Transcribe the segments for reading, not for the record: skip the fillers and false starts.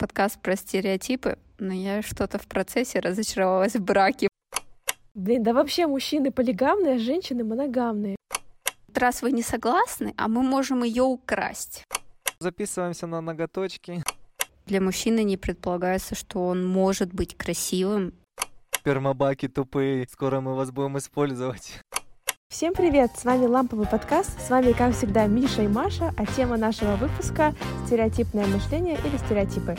подкаст про стереотипы, но я что-то в процессе разочаровалась в браке. Блин, да вообще мужчины полигамные, а женщины моногамные. Раз вы не согласны, а мы можем ее украсть. Записываемся на ноготочки. Для мужчины не предполагается, что он может быть красивым. Спермобаки тупые, скоро мы вас будем использовать. Всем привет, с вами Ламповый подкаст, с вами, как всегда, Миша и Маша, а тема нашего выпуска — стереотипное мышление или стереотипы.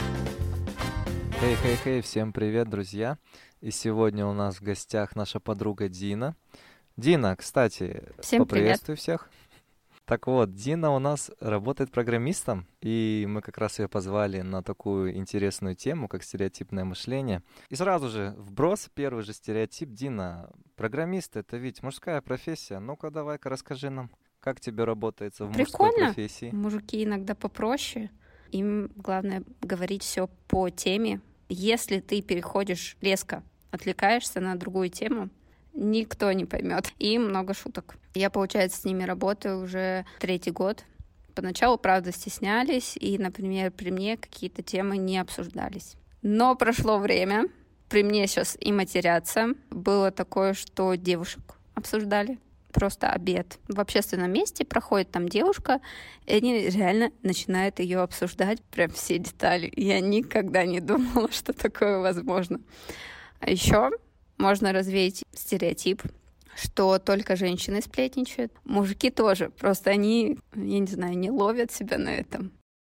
Хей, всем привет, друзья. И сегодня у нас в гостях наша подруга Дина. Дина, кстати, Всем поприветствую всех. Так вот, Дина у нас работает программистом, и мы как раз ее позвали на такую интересную тему, как стереотипное мышление. И сразу же вброс, первый же стереотип. Дина, программист — это ведь мужская профессия. Ну-ка, давай-ка расскажи нам, как тебе работается в мужской профессии. Мужики иногда попроще. Им главное говорить все по теме. Если ты переходишь резко, отвлекаешься на другую тему, никто не поймет. И много шуток. Я, получается, с ними работаю уже 3-й год. Поначалу, правда, стеснялись, и, например, при мне какие-то темы не обсуждались. Но прошло время, при мне сейчас и матерятся. Было такое, что девушек обсуждали. Просто обед. В общественном месте проходит там девушка, и они реально начинают ее обсуждать, прям все детали. Я никогда не думала, что такое возможно. А еще можно развеять стереотип, что только женщины сплетничают. Мужики тоже, просто они, я не знаю, не ловят себя на этом.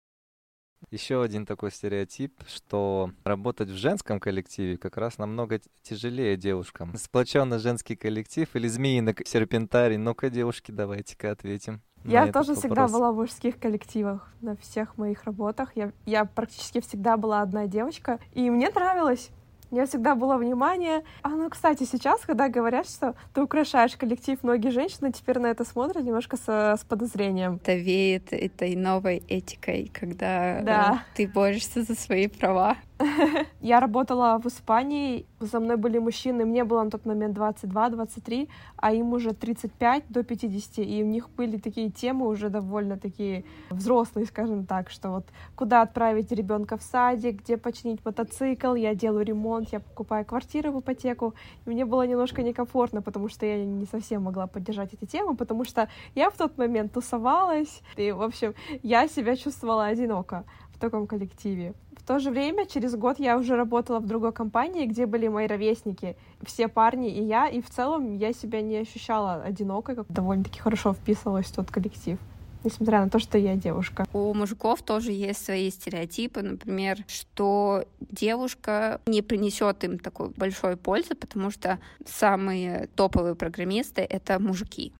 Еще один такой стереотип, что работать в женском коллективе как раз намного тяжелее девушкам. Сплоченный женский коллектив или змеиный серпентарий? Ну-ка, девушки, давайте-ка ответим. Я тоже всегда была в мужских коллективах на всех моих работах. Я практически всегда была одна девочка, и мне нравилось. У меня всегда было внимание. Кстати, сейчас, когда говорят, что ты украшаешь коллектив, многие женщины теперь на это смотрят немножко с подозрением. Это веет этой новой этикой, когда ты борешься за свои права. Я работала в Испании, за мной были мужчины, мне было на тот момент 22-23, а им уже 35 до 50, и у них были такие темы уже довольно такие взрослые, скажем так, что вот куда отправить ребенка в садик, где починить мотоцикл, я делаю ремонт, я покупаю квартиру в ипотеку, и мне было немножко некомфортно, потому что я не совсем могла поддержать эти темы, потому что я в тот момент тусовалась, и, в общем, я себя чувствовала одиноко в таком коллективе. В то же время, через год я уже работала в другой компании, где были мои ровесники, все парни и я, и в целом я себя не ощущала одинокой, как довольно-таки хорошо вписывалась в тот коллектив, несмотря на то, что я девушка. У мужиков тоже есть свои стереотипы, например, что девушка не принесет им такой большой пользы, потому что самые топовые программисты — это мужики.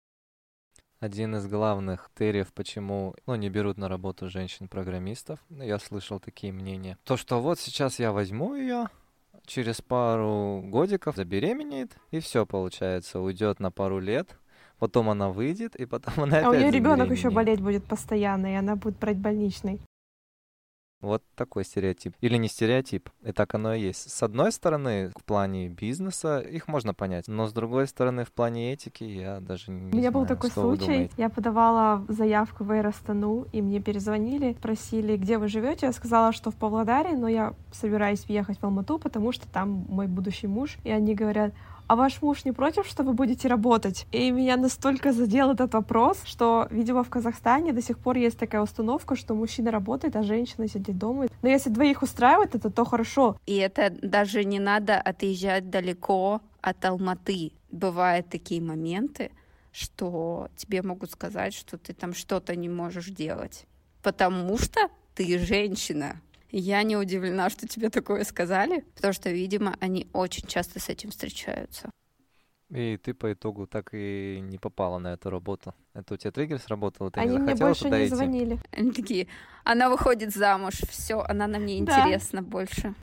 Один из главных критериев, почему не берут на работу женщин-программистов, я слышал такие мнения, то, что вот сейчас я возьму ее, через пару годиков забеременеет, и все получается, уйдет на пару лет, потом она выйдет, и потом она опять у нее забеременеет. ребенок еще болеть будет постоянно, и она будет брать больничный. Вот такой стереотип. Или не стереотип, и так оно и есть. С одной стороны, в плане бизнеса их можно понять, но с другой стороны, в плане этики я даже не знаю, У меня был такой что вы случай, думаете. я подавала заявку в Air Astanu, и мне перезвонили, спросили, где вы живете. Я сказала, что в Павлодаре, но я собираюсь въехать в Алмату, потому что там мой будущий муж. И они говорят: а ваш муж не против, что вы будете работать? И меня настолько задел этот вопрос, что, видимо, в Казахстане до сих пор есть такая установка, что мужчина работает, а женщина сидит дома. Но если двоих устраивает это, то хорошо. И это даже не надо отъезжать далеко от Алматы. Бывают такие моменты, что тебе могут сказать, что ты там что-то не можешь делать, потому что ты женщина. Я не удивлена, что тебе такое сказали, потому что, видимо, они очень часто с этим встречаются. И ты по итогу так и не попала на эту работу. Это у тебя триггер сработал, ты они не мне захотела больше туда не идти? звонили. Они такие: она выходит замуж, все, она нам не интересна больше.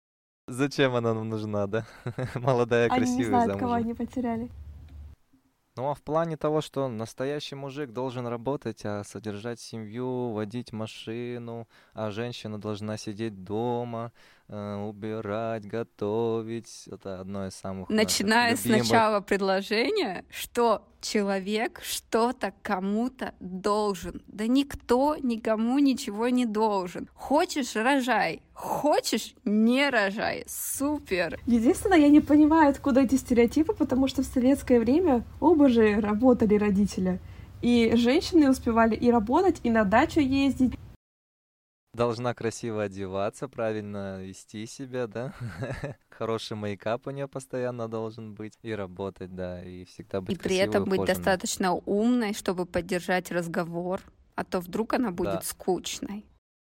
Зачем она нам нужна, да? Молодая, Они не красивая, знают, замужем. кого они потеряли. Ну а в плане того, что настоящий мужик должен работать, а содержать семью, водить машину, а женщина должна сидеть дома, убирать, готовить, это одно из самых наших Начиная с любимых. начала предложения, что человек что-то кому-то должен. Да никто никому ничего не должен. Хочешь — рожай, хочешь — не рожай. Супер! Единственное, я не понимаю, откуда эти стереотипы, потому что в советское время оба же работали родители. И женщины успевали и работать, и на дачу ездить. Должна красиво одеваться, правильно вести себя, да? Хороший мейкап у нее постоянно должен быть. И работать, да, и всегда быть И при красивой, этом быть ухоженной. достаточно умной, чтобы поддержать разговор, а то вдруг она будет Да. скучной.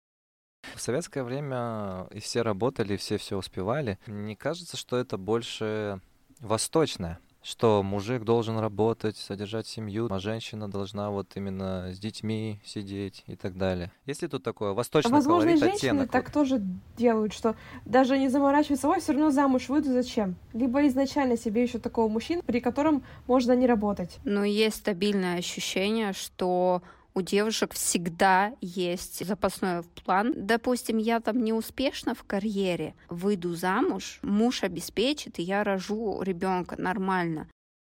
В советское время и все работали, и все успевали. Мне кажется, что это больше восточное, что мужик должен работать, содержать семью, а женщина должна вот именно с детьми сидеть и так далее. Если тут такое восточный Возможно, и колорит, женщины оттенок. так тоже делают, что даже не заморачиваются, ой, все равно замуж выйду, зачем? Либо изначально себе еще такого мужчину, при котором можно не работать. Но есть стабильное ощущение, что у девушек всегда есть запасной план. Допустим, я там не успешна в карьере, выйду замуж, муж обеспечит, и я рожу ребенка нормально.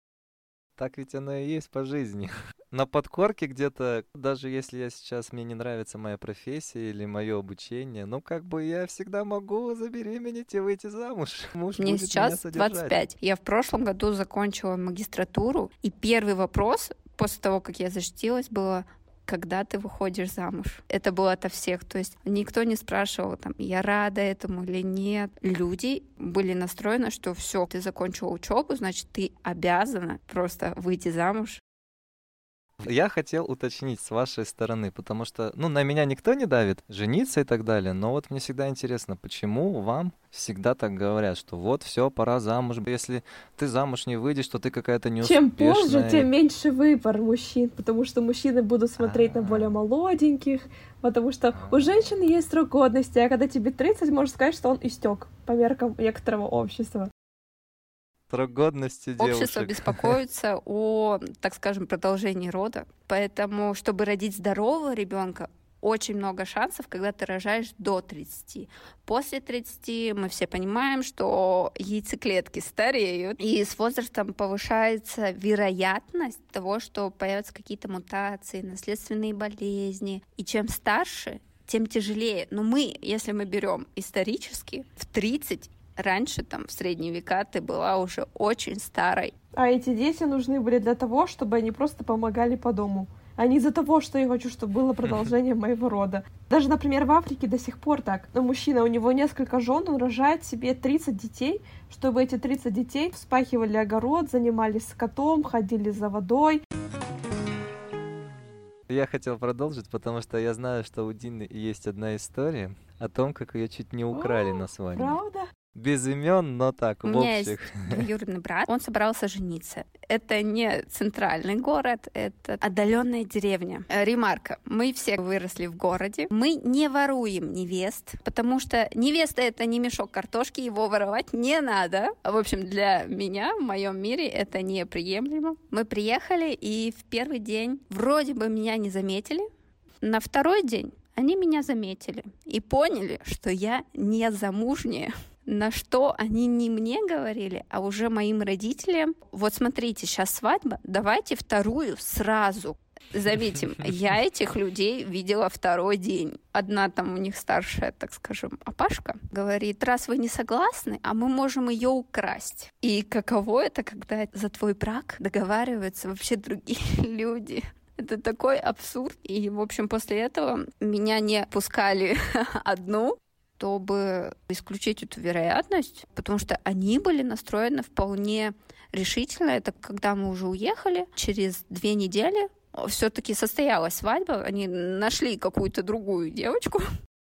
Так ведь оно и есть по жизни. На подкорке где-то, даже если я сейчас, мне не нравится моя профессия или мое обучение, ну как бы я всегда могу забеременеть и выйти замуж. Муж Мне будет меня сейчас содержать. 25. Я в прошлом году закончила магистратуру, и первый вопрос после того, как я защитилась, было: когда ты выходишь замуж? Это было ото всех. То есть никто не спрашивал, там, я рада этому или нет. Люди были настроены, что все, ты закончила учебу, значит, ты обязана просто выйти замуж. Я хотел уточнить с вашей стороны, потому что, ну, на меня никто не давит жениться и так далее, но вот мне всегда интересно, почему вам всегда так говорят, что вот все, пора замуж. Если ты замуж не выйдешь, то ты какая-то неуспешная. Чем позже, тем меньше выбор мужчин, потому что мужчины будут смотреть на более молоденьких, потому что у женщины есть срок годности, а когда тебе 30, можно сказать, что он истек по меркам некоторого общества. Срок годности Общество девушек. беспокоится о, так скажем, продолжении рода. Поэтому, чтобы родить здорового ребенка, очень много шансов, когда ты рожаешь до 30. После 30 мы все понимаем, что яйцеклетки стареют, и с возрастом повышается вероятность того, что появятся какие-то мутации, наследственные болезни. И чем старше, тем тяжелее. Но мы, если мы берем исторически, в 30 раньше, там, в средние века, ты была уже очень старой. А эти дети нужны были для того, чтобы они просто помогали по дому, а не из-за того, что я хочу, чтобы было продолжение моего рода. Даже, например, в Африке до сих пор так. Но мужчина, у него несколько жен, он рожает себе 30 детей, чтобы эти 30 детей вспахивали огород, занимались скотом, ходили за водой. Я хотел продолжить, потому что я знаю, что у Дины есть одна история о том, как ее чуть не украли на свадьбе. Правда? Без имен, но так, У в меня общих. есть двоюродный брат, он собрался жениться. Это не центральный город, это отдаленная деревня. Ремарка. Мы все выросли в городе. Мы не воруем невест, потому что невеста — это не мешок картошки, его воровать не надо. В общем, для меня, в моем мире, это неприемлемо. Мы приехали, и в первый день вроде бы меня не заметили. На второй день они меня заметили и поняли, что я не замужняя. На что они не мне говорили, а уже моим родителям: вот смотрите, сейчас свадьба, давайте вторую сразу. Заметим, я этих людей видела второй день. Одна там у них старшая, так скажем, апашка, говорит: раз вы не согласны, а мы можем ее украсть. И каково это, когда за твой брак договариваются вообще другие люди? Это такой абсурд. И, в общем, после этого меня не пускали одну, чтобы исключить эту вероятность, потому что они были настроены вполне решительно. Это когда мы уже уехали, через 2 недели все-таки состоялась свадьба, они нашли какую-то другую девочку.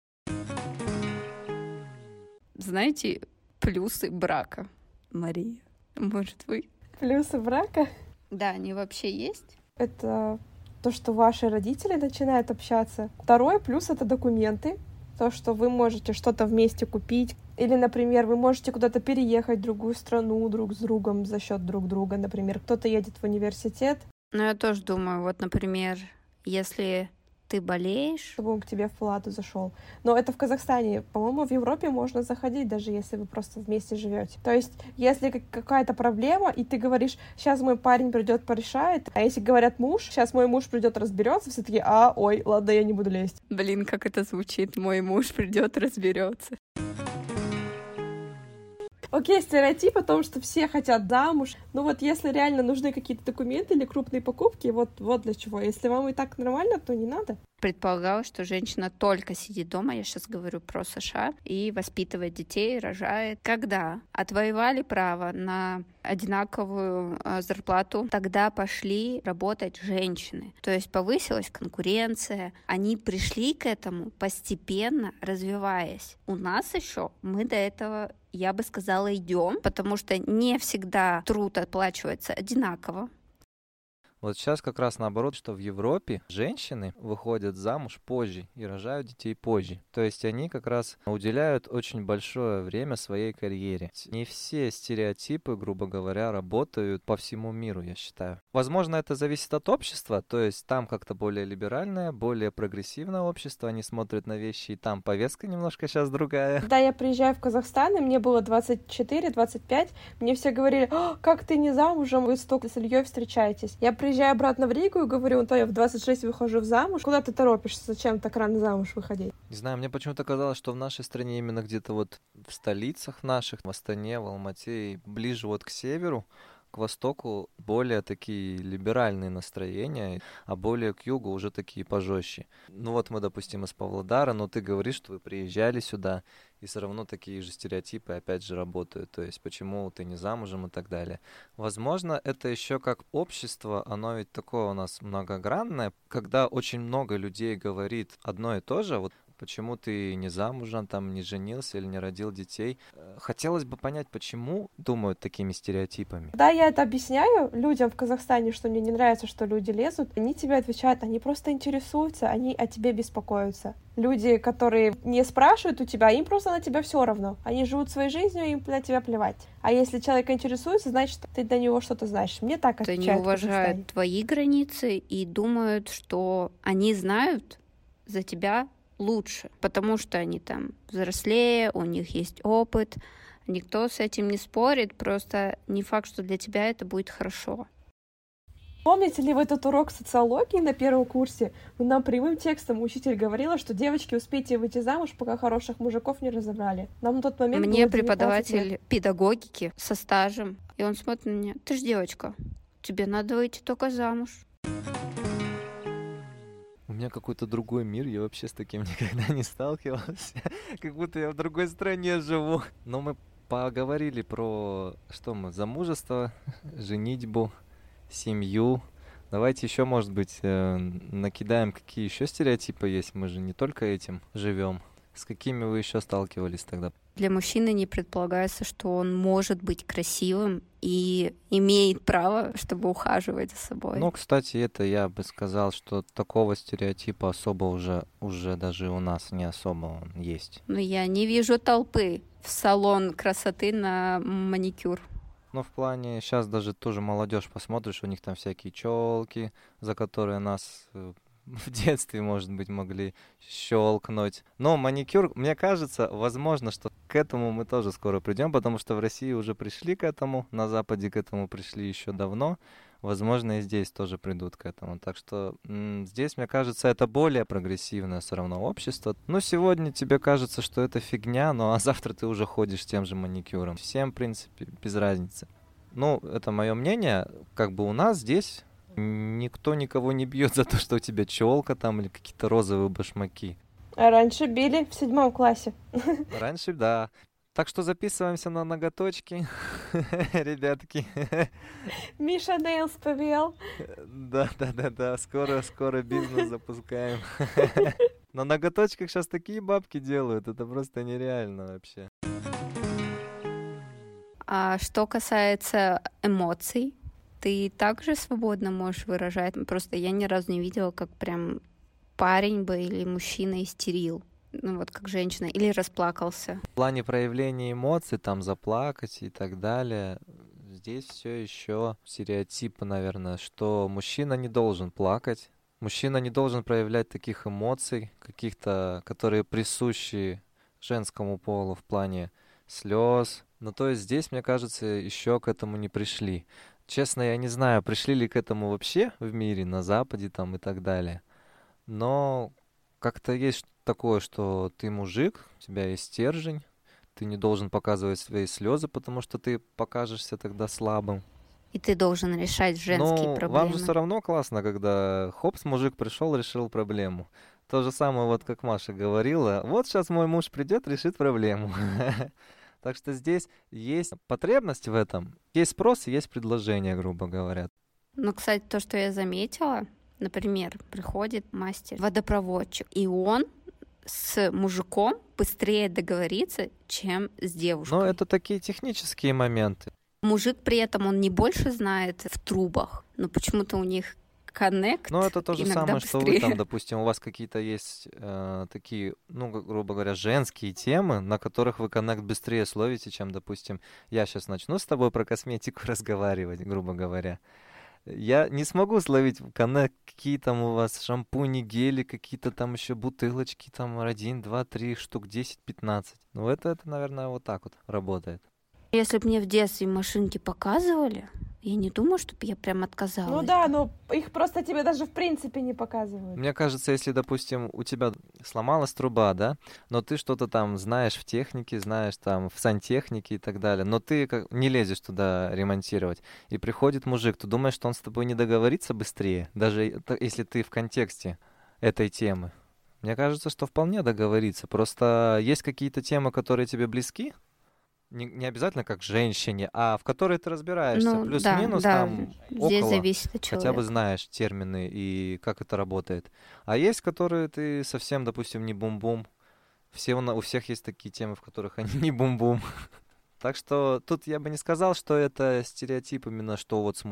Знаете, плюсы брака, Мария? Может, вы? Плюсы брака — Да, они вообще есть. это то, что ваши родители начинают общаться. Второй плюс — это документы. то, что вы можете что-то вместе купить, или, например, вы можете куда-то переехать в другую страну друг с другом за счет друг друга, например, кто-то едет в университет. Ну, я тоже думаю, вот, например, если ты болеешь, чтобы он к тебе в палату зашел. Но это в Казахстане. По-моему, в Европе можно заходить, даже если вы просто вместе живете. То есть, если какая-то проблема, и ты говоришь, сейчас мой парень придет, порешает, а если говорят муж, сейчас мой муж придет, разберется, все таки ой, ладно, я не буду лезть. Блин, как это звучит, мой муж придет, разберется. Окей, стереотип о том, что все хотят замуж. Ну вот если реально нужны какие-то документы или крупные покупки, вот для чего. Если вам и так нормально, то не надо. Предполагалось, что женщина только сидит дома, я сейчас говорю про США, и воспитывает детей, рожает. Когда отвоевали право на одинаковую зарплату, тогда пошли работать женщины. То есть повысилась конкуренция. Они пришли к этому постепенно, развиваясь. У нас еще мы до этого, я бы сказала, идем, потому что не всегда труд оплачивается одинаково. Вот сейчас как раз наоборот, что в Европе женщины выходят замуж позже и рожают детей позже. То есть они как раз уделяют очень большое время своей карьере. Не все стереотипы, грубо говоря, работают по всему миру, я считаю. Возможно, это зависит от общества, то есть там как-то более либеральное, более прогрессивное общество, они смотрят на вещи, и там повестка немножко сейчас другая. Когда я приезжаю в Казахстан, и мне было 24-25, мне все говорили, как ты не замужем, вы столько с Ильей встречаетесь. Я приезжаю обратно в Ригу и говорю, я в 26 выхожу замуж. Куда ты торопишься? Зачем так рано замуж выходить? Не знаю, мне почему-то казалось, что в нашей стране именно где-то вот в столицах наших, в Астане, в Алмате, ближе вот к северу, к востоку более такие либеральные настроения, а более к югу уже такие пожестче. Ну вот мы, допустим, из Павлодара, но ты говоришь, что вы приезжали сюда, и все равно такие же стереотипы опять же работают. То есть почему ты не замужем и так далее. Возможно, это еще как общество, оно ведь такое у нас многогранное, когда очень много людей говорит одно и то же, вот почему ты не замужем, там, не женился или не родил детей. Хотелось бы понять, почему думают такими стереотипами. Когда я это объясняю людям в Казахстане, что мне не нравится, что люди лезут, они тебе отвечают, они просто интересуются, они о тебе беспокоятся. Люди, которые не спрашивают у тебя, им просто на тебя все равно. Они живут своей жизнью, им на тебя плевать. А если человек интересуется, значит, ты для него что-то знаешь. Мне так отвечают. Они уважают твои границы и думают, что они знают за тебя лучше, потому что они там взрослее, у них есть опыт, никто с этим не спорит, просто не факт, что для тебя это будет хорошо. Помните ли вы этот урок социологии на первом курсе? Нам прямым текстом учитель говорила, что девочки, успейте выйти замуж, пока хороших мужиков не разобрали. Нам на тот момент Мне было 19 преподаватель лет. Педагогики со стажем, и он смотрит на меня, ты ж девочка, тебе надо выйти только замуж. У меня какой-то другой мир, я вообще с таким никогда не сталкивался. Как будто я в другой стране живу. Но мы поговорили про, замужество, женитьбу, семью. Давайте еще, может быть, накидаем, какие еще стереотипы есть. Мы же не только этим живем. С какими вы еще сталкивались тогда? Для мужчины не предполагается, что он может быть красивым и имеет право, чтобы ухаживать за собой. Ну, кстати, это я бы сказал, что такого стереотипа особо уже даже у нас не особо он есть. Но я не вижу толпы в салон красоты на маникюр. Ну, в плане, сейчас даже тоже молодежь посмотришь, у них там всякие челки, за которые нас в детстве, может быть, могли щелкнуть. Но маникюр, мне кажется, возможно, что к этому мы тоже скоро придем, потому что в России уже пришли к этому, на Западе к этому пришли еще давно. Возможно, и здесь тоже придут к этому. Так что здесь, мне кажется, это более прогрессивное все равно общество. Ну, сегодня тебе кажется, что это фигня, ну, а завтра ты уже ходишь с тем же маникюром. Всем, в принципе, без разницы. Ну, это мое мнение. Как бы у нас здесь никто никого не бьет за то, что у тебя челка там или какие-то розовые башмаки. А раньше били в 7 классе. Раньше, да. Так что записываемся на ноготочки, ребятки. Миша Нейлс повел. Да. Скоро бизнес запускаем. На ноготочках сейчас такие бабки делают, это просто нереально вообще. А что касается эмоций, ты также свободно можешь выражать. Просто я ни разу не видела, как прям парень бы или мужчина истерил. ну вот как женщина, или расплакался. В плане проявления эмоций, там заплакать и так далее, здесь все еще стереотипы, наверное, что мужчина не должен плакать, мужчина не должен проявлять таких эмоций, каких-то, которые присущи женскому полу в плане слез. Ну, то есть здесь, мне кажется, еще к этому не пришли. Честно, я не знаю, пришли ли к этому вообще в мире, на Западе там и так далее. Но как-то есть такое, что ты мужик, у тебя есть стержень, ты не должен показывать свои слезы, потому что ты покажешься тогда слабым. И ты должен решать женские Ну, проблемы. вам же все равно классно, когда хопс, мужик пришел, решил проблему. То же самое, вот как Маша говорила, вот сейчас мой муж придет, решит проблему. Так что здесь есть потребность в этом, есть спрос и есть предложение, грубо говоря. Ну, кстати, то, что я заметила, например, приходит мастер-водопроводчик, и он с мужиком быстрее договорится, чем с девушкой. Но это такие технические моменты. Мужик при этом, он не больше знает в трубах, но почему-то у них коннект Но это то же иногда самое, быстрее. что вы там, допустим, у вас какие-то есть такие, ну, грубо говоря, женские темы, на которых вы коннект быстрее словите, чем, допустим, я сейчас начну с тобой про косметику разговаривать, грубо говоря. Я не смогу словить коннект, какие там у вас шампуни, гели, какие-то там еще бутылочки, там 1, 2, 3 штук, 10, 15. Ну, это, наверное, вот так вот работает. Если бы мне в детстве машинки показывали, я не думаю, чтобы я прям отказалась. Ну да, но их просто тебе даже в принципе не показывают. Мне кажется, если, допустим, у тебя сломалась труба, да, но ты что-то там знаешь в технике, знаешь там в сантехнике и так далее, но ты не лезешь туда ремонтировать, и приходит мужик, ты думаешь, что он с тобой не договорится быстрее, даже если ты в контексте этой темы? Мне кажется, что вполне договорится. Просто есть какие-то темы, которые тебе близки, не обязательно как женщине, а в которой ты разбираешься. Ну, Плюс-минус да, там здесь около. зависит от человека. Хотя бы знаешь термины и как это работает. А есть, которые ты совсем, допустим, не бум-бум. У всех есть такие темы, в которых они не бум-бум. Так что тут я бы не сказал, что это стереотип именно, что вот с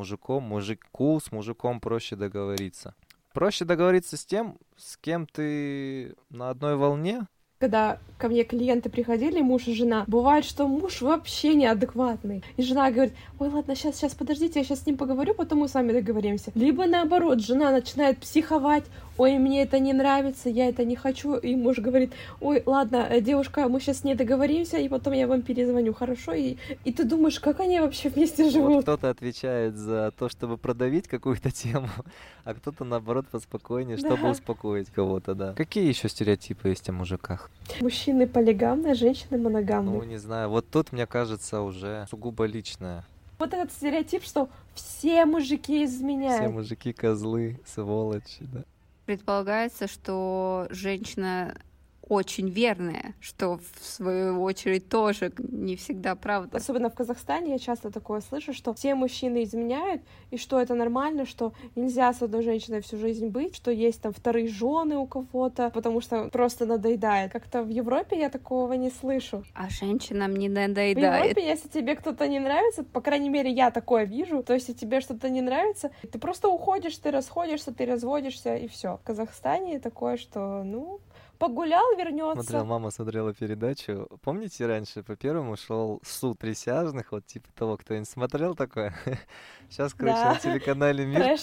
мужиком проще договориться. Проще договориться с тем, с кем ты на одной волне. Когда ко мне клиенты приходили, муж и жена, бывает, что муж вообще неадекватный. И жена говорит: ой, ладно, сейчас, подождите, я сейчас с ним поговорю, потом мы с вами договоримся. Либо наоборот, жена начинает психовать: ой, мне это не нравится, я это не хочу. И муж говорит: ой, ладно, девушка, мы сейчас с ней договоримся, и потом я вам перезвоню, хорошо? И ты думаешь, как они вообще вместе живут? Вот кто-то отвечает за то, чтобы продавить какую-то тему, а кто-то, наоборот, поспокойнее, чтобы успокоить кого-то, да. Какие еще стереотипы есть о мужиках? Мужчины полигамные, женщины Ну, моногамные. не знаю, вот тут, мне кажется, уже сугубо личное. Вот этот стереотип, что все мужики изменяют. Все мужики козлы, сволочи, да. Предполагается, что женщина очень верная, что в свою очередь тоже не всегда правда. Особенно в Казахстане я часто такое слышу, что все мужчины изменяют, и что это нормально, что нельзя с одной женщиной всю жизнь быть, что есть там вторые жены у кого-то, потому что просто надоедает. Как-то в Европе я такого не слышу. А женщинам не В надоедает. Европе, если тебе кто-то не нравится, по крайней мере, я такое вижу, то есть, если тебе что-то не нравится, ты просто уходишь, ты расходишься, ты разводишься, и все. В Казахстане такое, что, погулял, вернется. Мама смотрела передачу. Помните, раньше по первому шел суд присяжных, вот типа того, кто-нибудь смотрел такое? Сейчас, короче, Да. на телеканале «Мир» Трэш.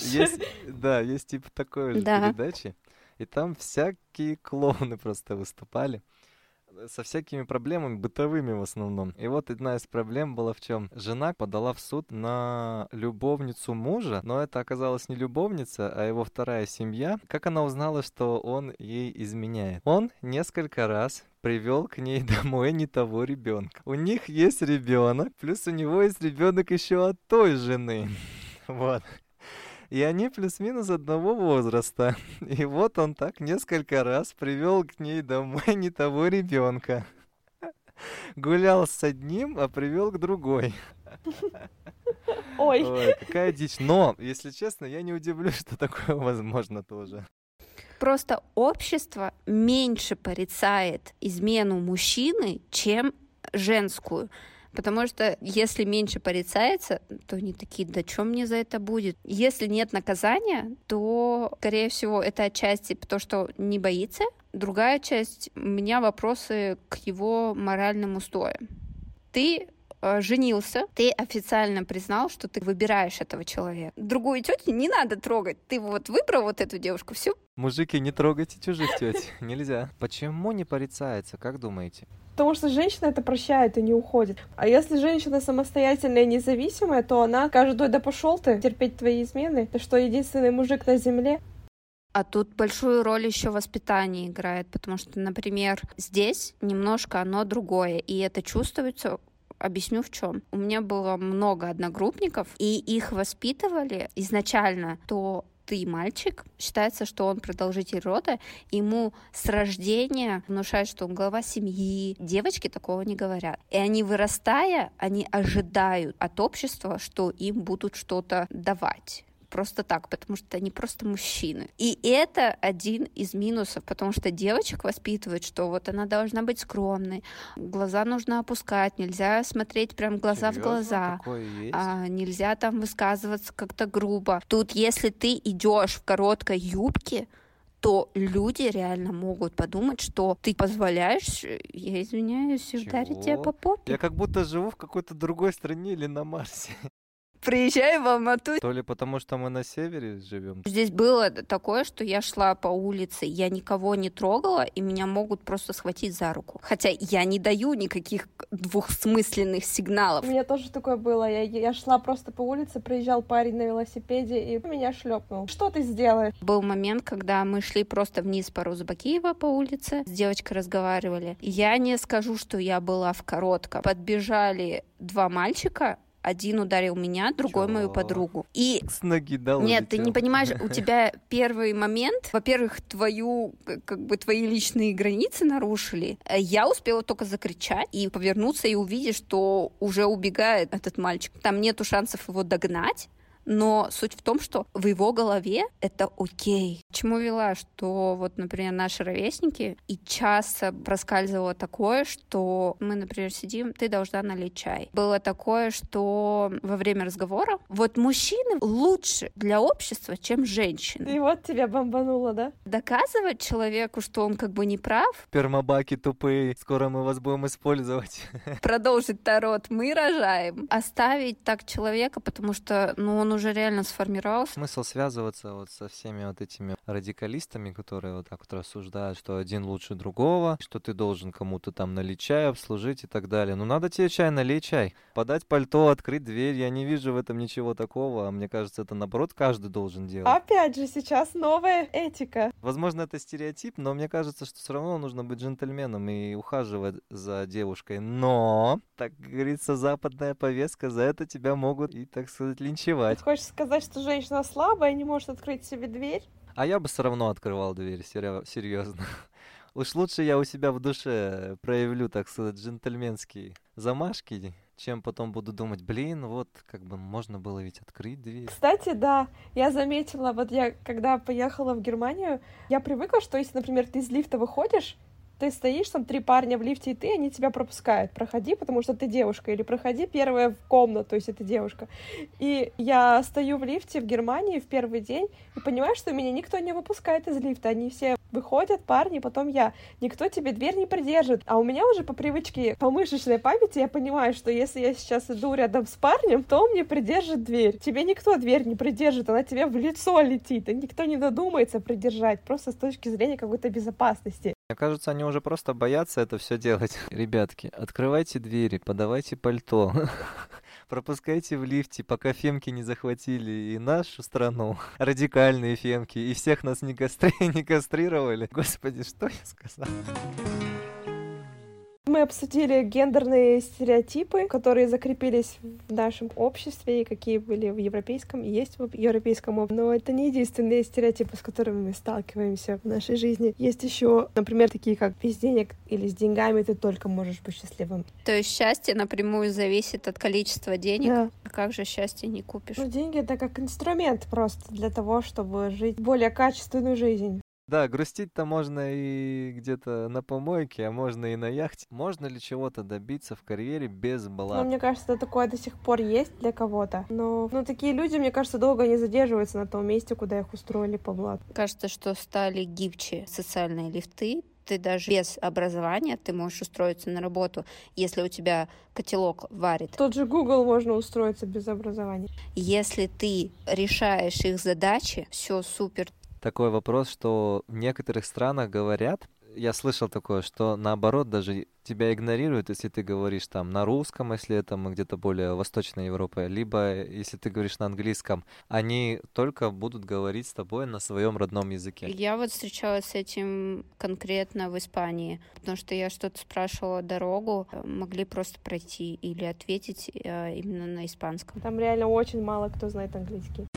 есть типа такой же Да. передачи. И там всякие клоуны просто выступали со всякими проблемами бытовыми в основном. И вот одна из проблем была в чем? Жена подала в суд на любовницу мужа, но это оказалась не любовница, а его вторая семья. Как она узнала, что он ей изменяет? Он несколько раз привел к ней домой не того ребенка. У них есть ребенок, плюс у него есть ребенок еще от той жены. Вот. И они плюс-минус одного возраста. И вот он так несколько раз привел к ней домой не того ребенка. Гулял с одним, а привел к другой. Ой. Ой, какая дичь. Но, если честно, я не удивлюсь, что такое возможно тоже. Просто общество меньше порицает измену мужчины, чем женскую. Потому что если меньше порицается, то они такие: да что мне за это будет? Если нет наказания, то, скорее всего, это отчасти то, что не боится Другая часть, у меня вопросы к его моральным устоям. Ты женился, ты официально признал, что ты выбираешь этого человека. Другую тетю не надо трогать. Ты вот выбрал вот эту девушку, все. Мужики, не трогайте чужих теть. Нельзя. Почему не порицается, как думаете? Потому что женщина это прощает и не уходит. А если женщина самостоятельная и независимая, то она скажет: ой, да пошел ты терпеть твои измены. Ты что, единственный мужик на земле? А тут большую роль еще воспитание играет, потому что, например, здесь немножко оно другое, и это чувствуется. Объясню в чем. У меня было много одногруппников, и их воспитывали изначально, то ты мальчик, считается, что он продолжитель рода, ему с рождения внушают, что он глава семьи. Девочки такого не говорят. И они, вырастая, они ожидают от общества, что им будут что-то давать. Просто так, потому что они просто мужчины. И это один из минусов, потому что девочек воспитывают, что вот она должна быть скромной, глаза нужно опускать, нельзя смотреть прям глаза в глаза, нельзя там высказываться как-то грубо. Тут, если ты идешь в короткой юбке, то люди реально могут подумать, что ты позволяешь, я извиняюсь, ударить тебя по попе. Я как будто живу в какой-то другой стране или на Марсе. Приезжай в Алмату. То ли потому, что мы на севере живем. Здесь было такое, что я шла по улице, я никого не трогала, и меня могут просто схватить за руку. Хотя я не даю никаких двухсмысленных сигналов. У меня тоже такое было. Я шла просто по улице, проезжал парень на велосипеде, и меня шлепнул. Что ты сделаешь? Был момент, когда мы шли просто вниз по Розыбакиева по улице, с девочкой разговаривали. Я не скажу, что я была в коротком. Подбежали два мальчика, один ударил меня, другой мою подругу. И с ноги дал. Нет, ты не понимаешь, у тебя первый момент, во-первых, твои личные границы нарушили. Я успела только закричать и повернуться и увидеть, что уже убегает этот мальчик. Там нету шансов его догнать. Но суть в том, что в его голове это окей. К чему вела, что вот, например, наши ровесники, и часто проскальзывало такое, что мы, например, сидим, ты должна налить чай. Было такое, что во время разговора вот мужчины лучше для общества, чем женщины. И вот тебя бомбануло, да? Доказывать человеку, что он как бы не прав. Спермобаки тупые, скоро мы вас будем использовать. Продолжить-то род мы рожаем. Оставить так человека, потому что, он уже реально сформировался. Смысл связываться вот со всеми вот этими радикалистами, которые вот так вот рассуждают, что один лучше другого, что ты должен кому-то там налить чай, обслужить и так далее. Надо тебе чай, налей чай. Подать пальто, открыть дверь, я не вижу в этом ничего такого. Мне кажется, это наоборот каждый должен делать. Опять же, сейчас новая этика. Возможно, это стереотип, но мне кажется, что все равно нужно быть джентльменом и ухаживать за девушкой. Но, так говорится, западная повестка, за это тебя могут и, так сказать, линчевать. Хочешь сказать, что женщина слабая, не может открыть себе дверь? А я бы все равно открывал дверь, серьезно. Уж лучше я у себя в душе проявлю, так сказать, джентльменские замашки, чем потом буду думать, вот как бы можно было ведь открыть дверь. Кстати, да, я заметила, вот я когда поехала в Германию, я привыкла, что если, например, ты из лифта выходишь, ты стоишь, там 3 парня в лифте, и они тебя пропускают. Проходи, потому что ты девушка. Или проходи первая в комнату, если ты девушка. И я стою в лифте в Германии в первый день и понимаю, что меня никто не выпускает из лифта. Они все выходят, парни, потом я. Никто тебе дверь не придержит. А у меня уже по привычке, по мышечной памяти, я понимаю, что если я сейчас иду рядом с парнем, то он мне придержит дверь. Тебе никто дверь не придержит, она тебе в лицо летит. И никто не додумается придержать, просто с точки зрения какой-то безопасности. Мне кажется, они уже просто боятся это все делать. Ребятки, открывайте двери, подавайте пальто, пропускайте в лифте, пока фемки не захватили и нашу страну, радикальные фемки, и всех нас не кастрировали. Господи, что я сказал? Мы обсудили гендерные стереотипы, которые закрепились в нашем обществе, и какие были в европейском, и есть в европейском обществе. Но это не единственные стереотипы, с которыми мы сталкиваемся в нашей жизни. Есть еще, например, такие как без денег или с деньгами ты только можешь быть счастливым. То есть счастье напрямую зависит от количества денег? Да. А как же счастье не купишь? Деньги — это как инструмент просто для того, чтобы жить более качественную жизнь. Да, грустить-то можно и где-то на помойке, а можно и на яхте. Можно ли чего-то добиться в карьере без Ну, блат? мне кажется, такое до сих пор есть для кого-то. Но такие люди, мне кажется, долго не задерживаются на том месте, куда их устроили по блату. Кажется, что стали гибче социальные лифты. Ты даже без образования ты можешь устроиться на работу, если у тебя котелок варит. В тот же Google можно устроиться без образования. Если ты решаешь их задачи, все супер. Такой вопрос, что в некоторых странах говорят, я слышал такое, что наоборот даже тебя игнорируют, если ты говоришь там на русском, если это где-то более Восточная Европа, либо если ты говоришь на английском, они только будут говорить с тобой на своем родном языке. Я вот встречалась с этим конкретно в Испании, потому что я что-то спрашивала дорогу, могли просто пройти или ответить именно на испанском. Там реально очень мало кто знает английский.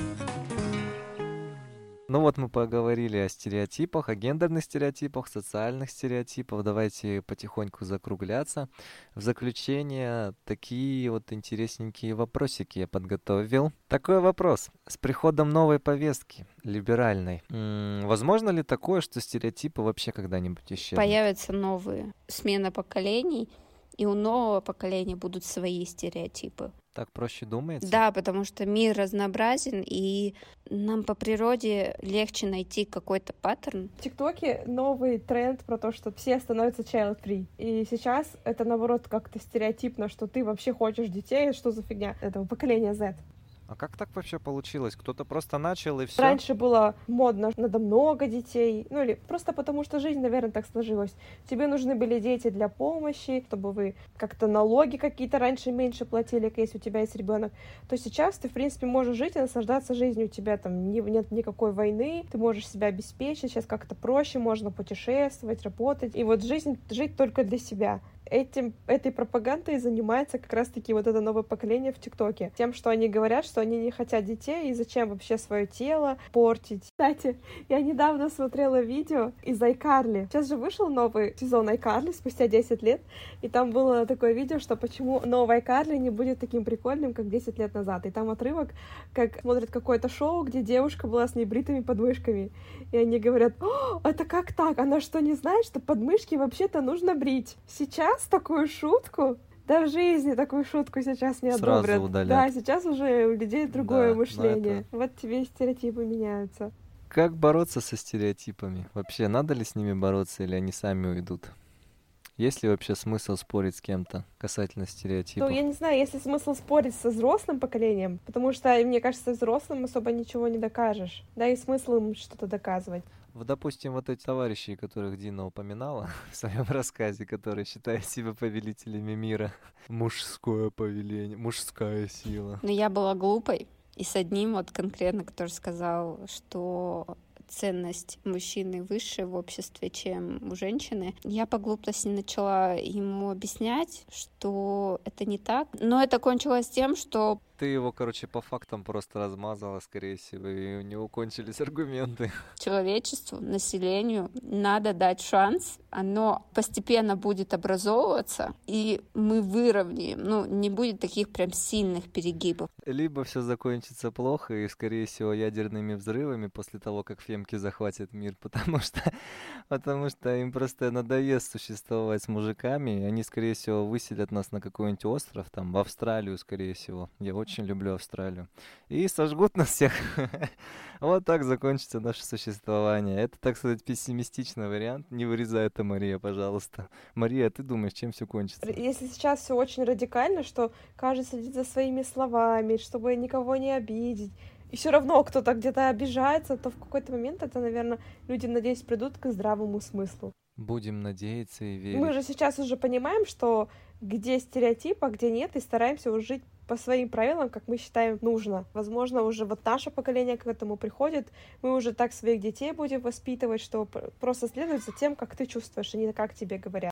Ну вот мы поговорили о стереотипах, о гендерных стереотипах, социальных стереотипах. Давайте потихоньку закругляться. В заключение такие вот интересненькие вопросики я подготовил. Такой вопрос. С приходом новой повестки, либеральной, возможно ли такое, что стереотипы вообще когда-нибудь исчезнут? Появятся новые, смена поколений, и у нового поколения будут свои стереотипы. Так проще думается? Да, потому что мир разнообразен, и нам по природе легче найти какой-то паттерн. В ТикТоке новый тренд про то, что все становятся child-free. И сейчас это, наоборот, как-то стереотипно, что ты вообще хочешь детей, что за фигня этого поколения Z. А как так вообще получилось? Кто-то просто начал и все? Раньше было модно, надо много детей, ну или просто потому, что жизнь, наверное, так сложилась. Тебе нужны были дети для помощи, чтобы вы как-то налоги какие-то раньше меньше платили, если у тебя есть ребенок. То сейчас ты, в принципе, можешь жить и наслаждаться жизнью. У тебя там нет никакой войны, ты можешь себя обеспечить, сейчас как-то проще, можно путешествовать, работать. И вот жить только для себя. Этой пропагандой занимается как раз-таки вот это новое поколение в ТикТоке. Тем, что они говорят, что они не хотят детей, и зачем вообще свое тело портить. Кстати, я недавно смотрела видео из iCarly. Сейчас же вышел новый сезон iCarly спустя 10 лет, и там было такое видео, что почему новый iCarly не будет таким прикольным, как 10 лет назад. И там отрывок, как смотрят какое-то шоу, где девушка была с небритыми подмышками. И они говорят: «О, это как так? Она что, не знает, что подмышки вообще-то нужно брить?» Сейчас такую шутку, да в жизни такую шутку сейчас не одобрят. Сразу удалят. Да, сейчас уже у людей другое Да, мышление. Вот тебе и стереотипы меняются. Как бороться со стереотипами? Вообще, надо ли с ними бороться, или они сами уйдут? Есть ли вообще смысл спорить с кем-то касательно стереотипов? Ну, я не знаю, есть ли смысл спорить со взрослым поколением, потому что, мне кажется, взрослым особо ничего не докажешь. Да и смысл им что-то доказывать. Допустим, вот эти товарищи, которых Дина упоминала в своем рассказе, которые считают себя повелителями мира. Мужское повеление, мужская сила. Но я была глупой, и с одним вот конкретно, который сказал, что ценность мужчины выше в обществе, чем у женщины. Я по глупости начала ему объяснять, что это не так. Но это кончилось тем, что... Ты его, короче, по фактам просто размазала, скорее всего, и у него кончились аргументы. Человечеству, населению надо дать шанс, оно постепенно будет образовываться, и мы выровняем, не будет таких прям сильных перегибов. Либо все закончится плохо, и, скорее всего, ядерными взрывами после того, как фемки захватят мир, потому что им просто надоест существовать с мужиками, и они, скорее всего, выселят нас на какой-нибудь остров, там, в Австралию, скорее всего. Я очень люблю Австралию. И сожгут нас всех. Вот так закончится наше существование. Это, так сказать, пессимистичный вариант. Не вырезай это, Мария, пожалуйста. Мария, ты думаешь, чем все кончится? Если сейчас все очень радикально, что каждый следит за своими словами, чтобы никого не обидеть, и все равно кто-то где-то обижается, то в какой-то момент это, наверное, люди, надеюсь, придут к здравому смыслу. Будем надеяться и верить. Мы же сейчас уже понимаем, что где стереотип, а где нет, и стараемся уже жить по своим правилам, как мы считаем нужно. Возможно, уже вот наше поколение к этому приходит, мы уже так своих детей будем воспитывать, что просто следует за тем, как ты чувствуешь, а не как тебе говорят.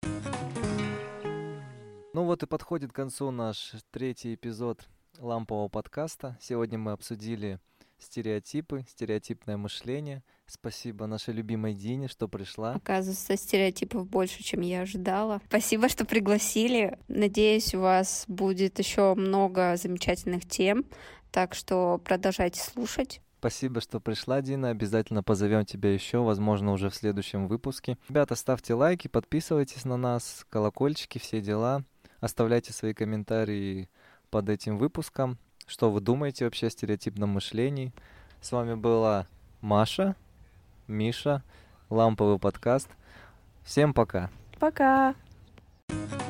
Ну вот и подходит к концу наш 3-й эпизод лампового подкаста. Сегодня мы обсудили стереотипы, стереотипное мышление. Спасибо нашей любимой Дине, что пришла. Оказывается, стереотипов больше, чем я ожидала. Спасибо, что пригласили. Надеюсь, у вас будет еще много замечательных тем, так что продолжайте слушать. Спасибо, что пришла, Дина. Обязательно позовем тебя еще, возможно, уже в следующем выпуске. Ребята, ставьте лайки, подписывайтесь на нас, колокольчики, все дела. Оставляйте свои комментарии под этим выпуском. Что вы думаете вообще о стереотипном мышлении? С вами была Маша, Миша, Ламповый подкаст. Всем пока. Пока.